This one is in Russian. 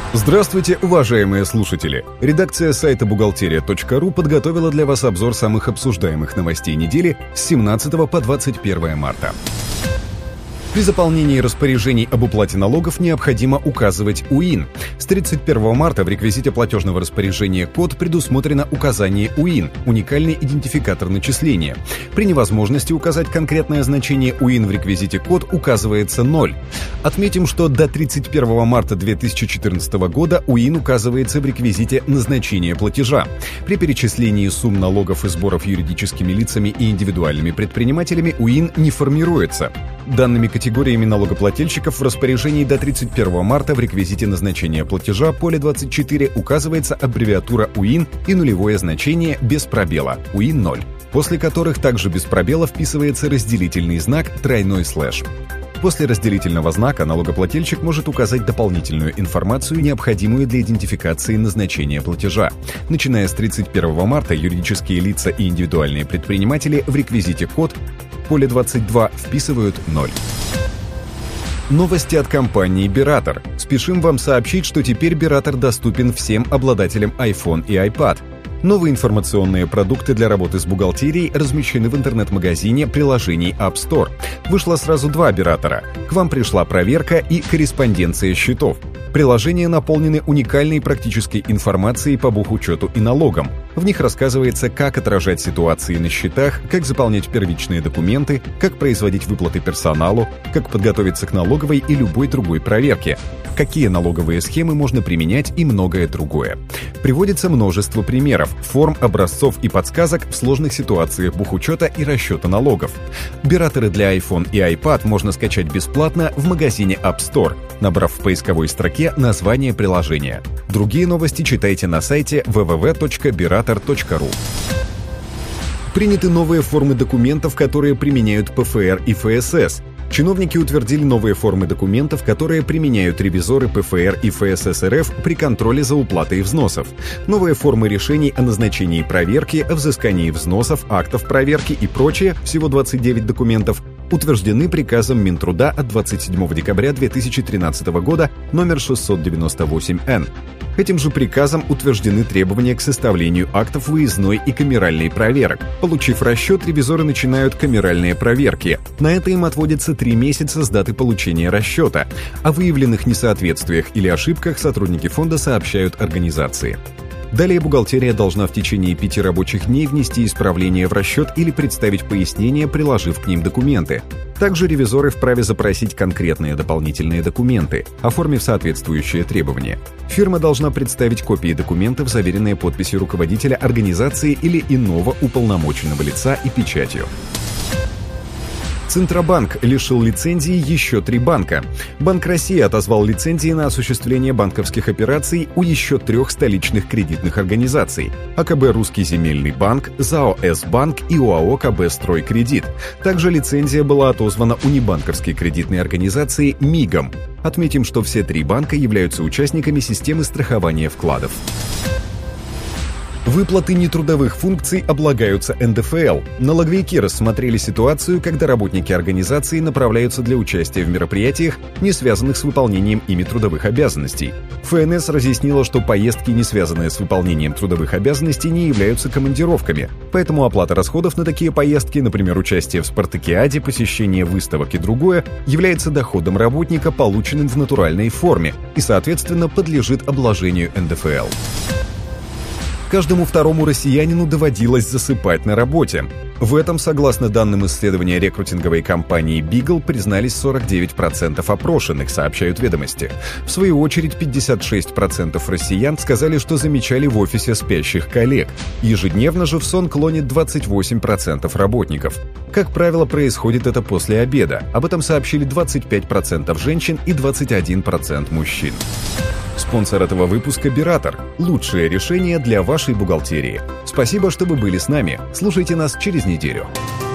Здравствуйте, уважаемые слушатели! Редакция сайта бухгалтерия.ру подготовила для вас обзор самых обсуждаемых новостей недели с 17 по 21 марта. При заполнении распоряжений об уплате налогов необходимо указывать УИН. С 31 марта в реквизите платежного распоряжения «Код» предусмотрено указание УИН – уникальный идентификатор начисления. При невозможности указать конкретное значение УИН в реквизите «Код» указывается 0. Отметим, что до 31 марта 2014 года УИН указывается в реквизите назначения платежа. При перечислении сумм налогов и сборов юридическими лицами и индивидуальными предпринимателями УИН не формируется. Данными категориями налогоплательщиков в распоряжении до 31 марта в реквизите назначения платежа поле 24 указывается аббревиатура УИН и нулевое значение без пробела УИН 0, после которых также без пробела вписывается разделительный знак //. После разделительного знака налогоплательщик может указать дополнительную информацию, необходимую для идентификации назначения платежа. Начиная с 31 марта юридические лица и индивидуальные предприниматели в реквизите «Код» поле 22 вписывают 0. Новости от компании Berator. Спешим вам сообщить, что теперь Berator доступен всем обладателям iPhone и iPad. Новые информационные продукты для работы с бухгалтерией размещены в интернет-магазине приложений App Store. Вышло сразу 2 Berator. К вам пришла проверка и корреспонденция счетов. Приложения наполнены уникальной практической информацией по бухучету и налогам. В них рассказывается, как отражать ситуации на счетах, как заполнять первичные документы, как производить выплаты персоналу, как подготовиться к налоговой и любой другой проверке, какие налоговые схемы можно применять и многое другое. Приводится множество примеров, форм, образцов и подсказок в сложных ситуациях бухучета и расчета налогов. Berator для iPhone и iPad можно скачать бесплатно в магазине App Store, набрав в поисковой строке название приложения. Другие новости читайте на сайте www.berator.ru. Приняты новые формы документов, которые применяют ПФР и ФСС. Чиновники утвердили новые формы документов, которые применяют ревизоры ПФР и ФСС РФ при контроле за уплатой взносов. Новые формы решений о назначении проверки, о взыскании взносов, актов проверки и прочее, всего 29 документов, утверждены приказом Минтруда от 27 декабря 2013 года номер 698-Н. Этим же приказом утверждены требования к составлению актов выездной и камеральной проверок. Получив расчет, ревизоры начинают камеральные проверки. На это им отводится 3 месяца с даты получения расчета. О выявленных несоответствиях или ошибках сотрудники фонда сообщают организации. Далее бухгалтерия должна в течение 5 рабочих дней внести исправления в расчет или представить пояснения, приложив к ним документы. Также ревизоры вправе запросить конкретные дополнительные документы, оформив соответствующие требования. Фирма должна представить копии документов, заверенные подписью руководителя организации или иного уполномоченного лица и печатью. Центробанк лишил лицензии еще 3 банка. Банк России отозвал лицензии на осуществление банковских операций у еще 3 столичных кредитных организаций – АКБ «Русский земельный банк», ЗАО «С-банк» и ОАО «КБ Стройкредит». Также лицензия была отозвана у небанковской кредитной организации «Мигом». Отметим, что все 3 банка являются участниками системы страхования вкладов. Выплаты нетрудовых функций облагаются НДФЛ. Налоговики рассмотрели ситуацию, когда работники организации направляются для участия в мероприятиях, не связанных с выполнением ими трудовых обязанностей. ФНС разъяснила, что поездки, не связанные с выполнением трудовых обязанностей, не являются командировками, поэтому оплата расходов на такие поездки, например, участие в спартакиаде, посещение выставок и другое, является доходом работника, полученным в натуральной форме, и, соответственно, подлежит обложению НДФЛ. Каждому второму россиянину доводилось засыпать на работе. В этом, согласно данным исследования рекрутинговой компании Beagle, признались 49% опрошенных, сообщают «Ведомости». В свою очередь, 56% россиян сказали, что замечали в офисе спящих коллег. Ежедневно же в сон клонит 28% работников. Как правило, происходит это после обеда. Об этом сообщили 25% женщин и 21% мужчин. Спонсор этого выпуска – Berator. Лучшее решение для вашей бухгалтерии. Спасибо, что вы были с нами. Слушайте нас через неделю.